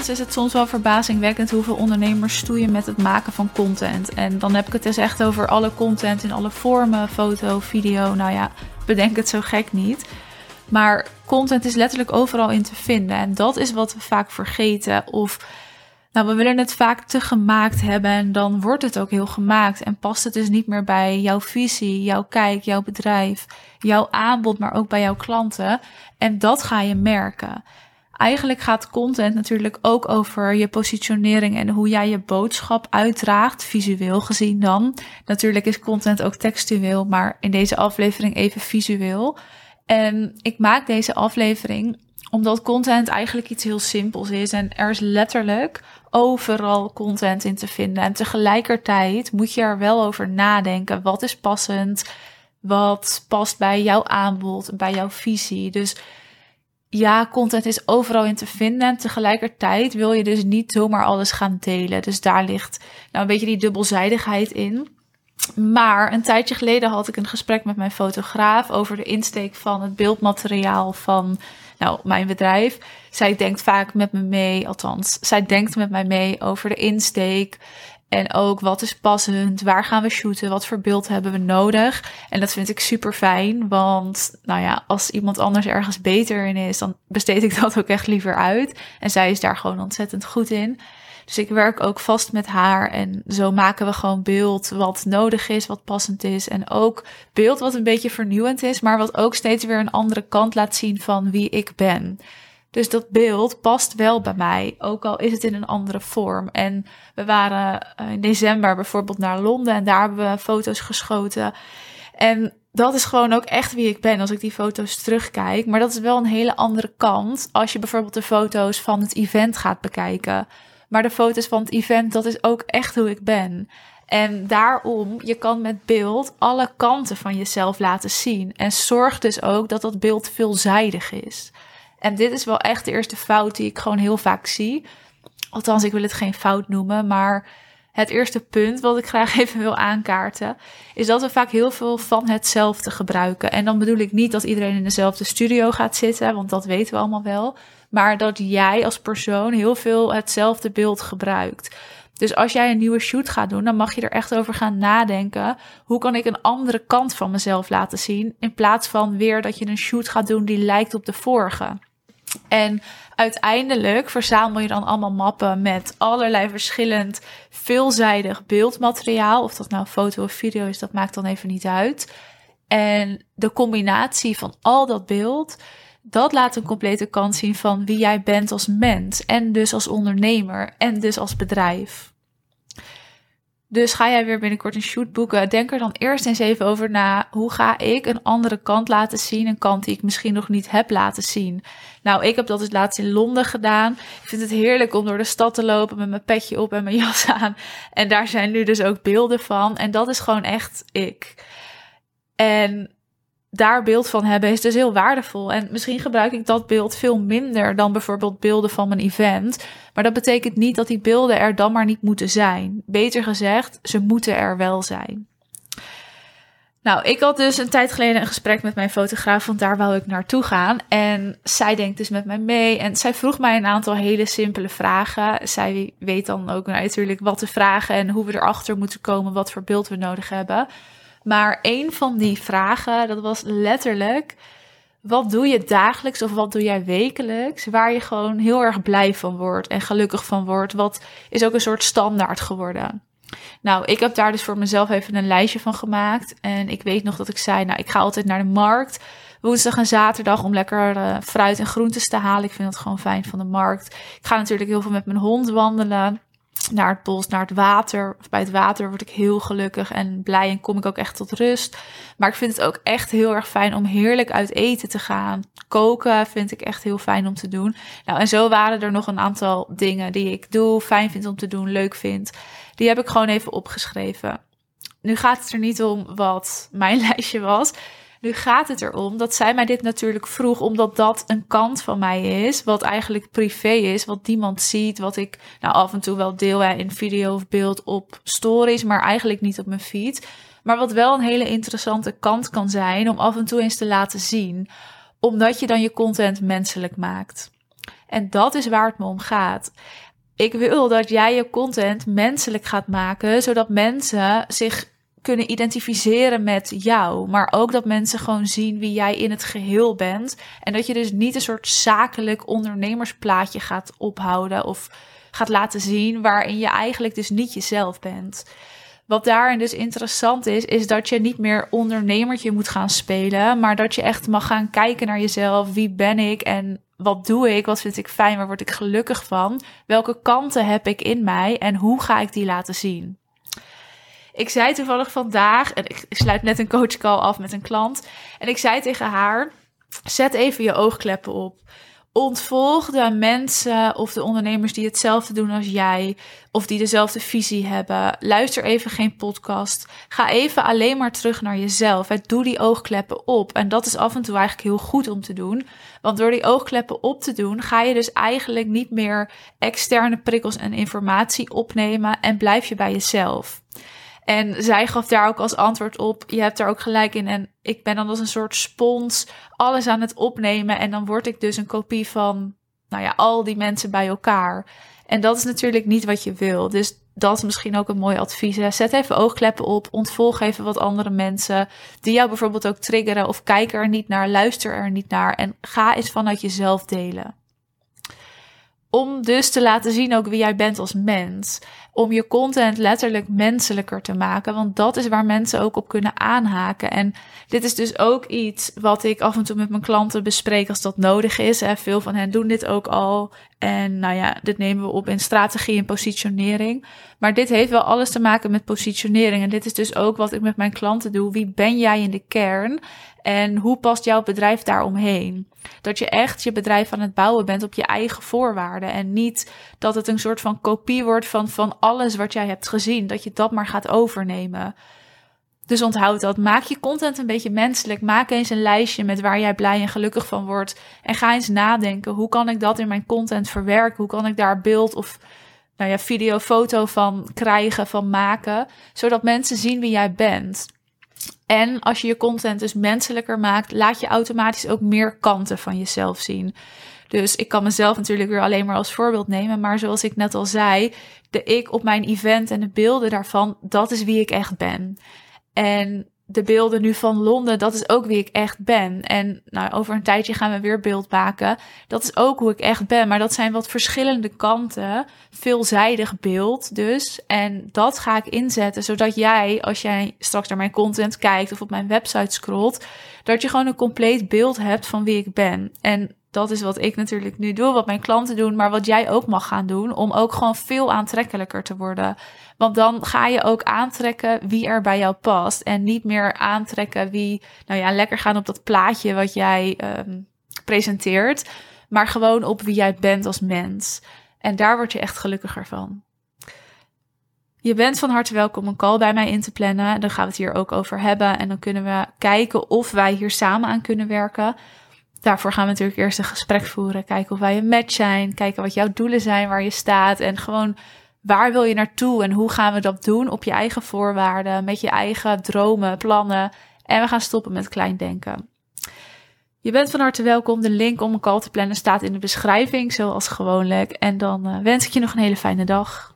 Ergens is het soms wel verbazingwekkend hoeveel ondernemers stoeien met het maken van content. En dan heb ik het dus echt over alle content in alle vormen, foto, video. Nou ja, bedenk het zo gek niet. Maar content is letterlijk overal in te vinden. En dat is wat we vaak vergeten. Of we willen het vaak te gemaakt hebben en dan wordt het ook heel gemaakt. En past het dus niet meer bij jouw visie, jouw kijk, jouw bedrijf, jouw aanbod, maar ook bij jouw klanten. En dat ga je merken. Eigenlijk gaat content natuurlijk ook over je positionering en hoe jij je boodschap uitdraagt, visueel gezien dan. Natuurlijk is content ook textueel, maar in deze aflevering even visueel. En ik maak deze aflevering omdat content eigenlijk iets heel simpels is. En er is letterlijk overal content in te vinden. En tegelijkertijd moet je er wel over nadenken. Wat is passend? Wat past bij jouw aanbod, bij jouw visie? Dus ja, content is overal in te vinden. En tegelijkertijd wil je dus niet zomaar alles gaan delen. Dus daar ligt een beetje die dubbelzijdigheid in. Maar een tijdje geleden had ik een gesprek met mijn fotograaf over de insteek van het beeldmateriaal van mijn bedrijf. Zij denkt vaak met me mee, althans, zij denkt met mij mee over de insteek. En ook wat is passend, waar gaan we shooten, wat voor beeld hebben we nodig. En dat vind ik super fijn, want als iemand anders ergens beter in is, dan besteed ik dat ook echt liever uit. En zij is daar gewoon ontzettend goed in. Dus ik werk ook vast met haar en zo maken we gewoon beeld wat nodig is, wat passend is. En ook beeld wat een beetje vernieuwend is, maar wat ook steeds weer een andere kant laat zien van wie ik ben. Dus dat beeld past wel bij mij, ook al is het in een andere vorm. En we waren in december bijvoorbeeld naar Londen en daar hebben we foto's geschoten. En dat is gewoon ook echt wie ik ben als ik die foto's terugkijk. Maar dat is wel een hele andere kant als je bijvoorbeeld de foto's van het event gaat bekijken. Maar de foto's van het event, dat is ook echt hoe ik ben. En daarom, je kan met beeld alle kanten van jezelf laten zien. En zorg dus ook dat dat beeld veelzijdig is. En dit is wel echt de eerste fout die ik gewoon heel vaak zie. Althans, ik wil het geen fout noemen, maar het eerste punt wat ik graag even wil aankaarten is dat we vaak heel veel van hetzelfde gebruiken. En dan bedoel ik niet dat iedereen in dezelfde studio gaat zitten, want dat weten we allemaal wel. Maar dat jij als persoon heel veel hetzelfde beeld gebruikt. Dus als jij een nieuwe shoot gaat doen, dan mag je er echt over gaan nadenken. Hoe kan ik een andere kant van mezelf laten zien? In plaats van weer dat je een shoot gaat doen die lijkt op de vorige. En uiteindelijk verzamel je dan allemaal mappen met allerlei verschillend veelzijdig beeldmateriaal. Of dat nou foto of video is, dat maakt dan even niet uit. En de combinatie van al dat beeld, dat laat een complete kant zien van wie jij bent als mens. En dus als ondernemer en dus als bedrijf. Dus ga jij weer binnenkort een shoot boeken, denk er dan eerst eens even over na. Hoe ga ik een andere kant laten zien? Een kant die ik misschien nog niet heb laten zien. Nou, ik heb dat dus laatst in Londen gedaan. Ik vind het heerlijk om door de stad te lopen met mijn petje op en mijn jas aan. En daar zijn nu dus ook beelden van. En dat is gewoon echt ik. En daar beeld van hebben is dus heel waardevol. En misschien gebruik ik dat beeld veel minder dan bijvoorbeeld beelden van mijn event. Maar dat betekent niet dat die beelden er dan maar niet moeten zijn. Beter gezegd, ze moeten er wel zijn. Nou, ik had dus een tijd geleden een gesprek met mijn fotograaf, want daar wou ik naartoe gaan. En zij denkt dus met mij mee en zij vroeg mij een aantal hele simpele vragen. Zij weet dan ook natuurlijk wat te vragen en hoe we erachter moeten komen, wat voor beeld we nodig hebben. Maar een van die vragen, dat was letterlijk, wat doe je dagelijks of wat doe jij wekelijks, waar je gewoon heel erg blij van wordt en gelukkig van wordt. Wat is ook een soort standaard geworden. Nou, ik heb daar dus voor mezelf even een lijstje van gemaakt. En ik weet nog dat ik zei, ik ga altijd naar de markt, woensdag en zaterdag, om lekker fruit en groentes te halen. Ik vind dat gewoon fijn van de markt. Ik ga natuurlijk heel veel met mijn hond wandelen. Naar het bos, naar het water. Bij het water word ik heel gelukkig en blij en kom ik ook echt tot rust. Maar ik vind het ook echt heel erg fijn om heerlijk uit eten te gaan. Koken vind ik echt heel fijn om te doen. Nou, en zo waren er nog een aantal dingen die ik doe, fijn vind om te doen, leuk vind. Die heb ik gewoon even opgeschreven. Nu gaat het er niet om wat mijn lijstje was. Nu gaat het erom dat zij mij dit natuurlijk vroeg, omdat dat een kant van mij is, wat eigenlijk privé is, wat niemand ziet, wat ik af en toe wel deel in video of beeld op stories, maar eigenlijk niet op mijn feed. Maar wat wel een hele interessante kant kan zijn om af en toe eens te laten zien, omdat je dan je content menselijk maakt. En dat is waar het me om gaat. Ik wil dat jij je content menselijk gaat maken, zodat mensen zich kunnen identificeren met jou. Maar ook dat mensen gewoon zien wie jij in het geheel bent. En dat je dus niet een soort zakelijk ondernemersplaatje gaat ophouden of gaat laten zien waarin je eigenlijk dus niet jezelf bent. Wat daarin dus interessant is dat je niet meer ondernemertje moet gaan spelen, maar dat je echt mag gaan kijken naar jezelf. Wie ben ik en wat doe ik? Wat vind ik fijn? Waar word ik gelukkig van? Welke kanten heb ik in mij en hoe ga ik die laten zien? Ik zei toevallig vandaag, en ik sluit net een coachcall af met een klant, en ik zei tegen haar, zet even je oogkleppen op. Ontvolg de mensen of de ondernemers die hetzelfde doen als jij, of die dezelfde visie hebben. Luister even geen podcast. Ga even alleen maar terug naar jezelf. Doe die oogkleppen op. En dat is af en toe eigenlijk heel goed om te doen. Want door die oogkleppen op te doen, ga je dus eigenlijk niet meer externe prikkels en informatie opnemen en blijf je bij jezelf. En zij gaf daar ook als antwoord op, je hebt daar ook gelijk in. En ik ben dan als een soort spons alles aan het opnemen. En dan word ik dus een kopie van, al die mensen bij elkaar. En dat is natuurlijk niet wat je wil. Dus dat is misschien ook een mooi advies. Hè? Zet even oogkleppen op, ontvolg even wat andere mensen die jou bijvoorbeeld ook triggeren. Of kijk er niet naar, luister er niet naar. En ga eens vanuit jezelf delen. Om dus te laten zien ook wie jij bent als mens. Om je content letterlijk menselijker te maken. Want dat is waar mensen ook op kunnen aanhaken. En dit is dus ook iets wat ik af en toe met mijn klanten bespreek als dat nodig is. Veel van hen doen dit ook al. En dit nemen we op in strategie en positionering. Maar dit heeft wel alles te maken met positionering. En dit is dus ook wat ik met mijn klanten doe. Wie ben jij in de kern? En hoe past jouw bedrijf daaromheen? Dat je echt je bedrijf aan het bouwen bent op je eigen voorwaarden. En niet dat het een soort van kopie wordt van alles wat jij hebt gezien. Dat je dat maar gaat overnemen. Dus onthoud dat. Maak je content een beetje menselijk. Maak eens een lijstje met waar jij blij en gelukkig van wordt. En ga eens nadenken. Hoe kan ik dat in mijn content verwerken? Hoe kan ik daar beeld of video, foto van krijgen, van maken? Zodat mensen zien wie jij bent. En als je je content dus menselijker maakt, laat je automatisch ook meer kanten van jezelf zien. Dus ik kan mezelf natuurlijk weer alleen maar als voorbeeld nemen. Maar zoals ik net al zei, de ik op mijn event en de beelden daarvan, dat is wie ik echt ben. En de beelden nu van Londen, dat is ook wie ik echt ben. En over een tijdje gaan we weer beeld maken. Dat is ook hoe ik echt ben. Maar dat zijn wat verschillende kanten. Veelzijdig beeld dus. En dat ga ik inzetten, zodat jij, als jij straks naar mijn content kijkt of op mijn website scrolt, dat je gewoon een compleet beeld hebt van wie ik ben. En dat is wat ik natuurlijk nu doe, wat mijn klanten doen, maar wat jij ook mag gaan doen, om ook gewoon veel aantrekkelijker te worden. Want dan ga je ook aantrekken wie er bij jou past. En niet meer aantrekken wie, lekker gaan op dat plaatje wat jij presenteert. Maar gewoon op wie jij bent als mens. En daar word je echt gelukkiger van. Je bent van harte welkom een call bij mij in te plannen. Dan gaan we het hier ook over hebben. En dan kunnen we kijken of wij hier samen aan kunnen werken. Daarvoor gaan we natuurlijk eerst een gesprek voeren. Kijken of wij een match zijn. Kijken wat jouw doelen zijn, waar je staat. En gewoon, waar wil je naartoe en hoe gaan we dat doen op je eigen voorwaarden, met je eigen dromen, plannen. En we gaan stoppen met klein denken. Je bent van harte welkom. De link om een call te plannen staat in de beschrijving, zoals gewoonlijk. En dan wens ik je nog een hele fijne dag.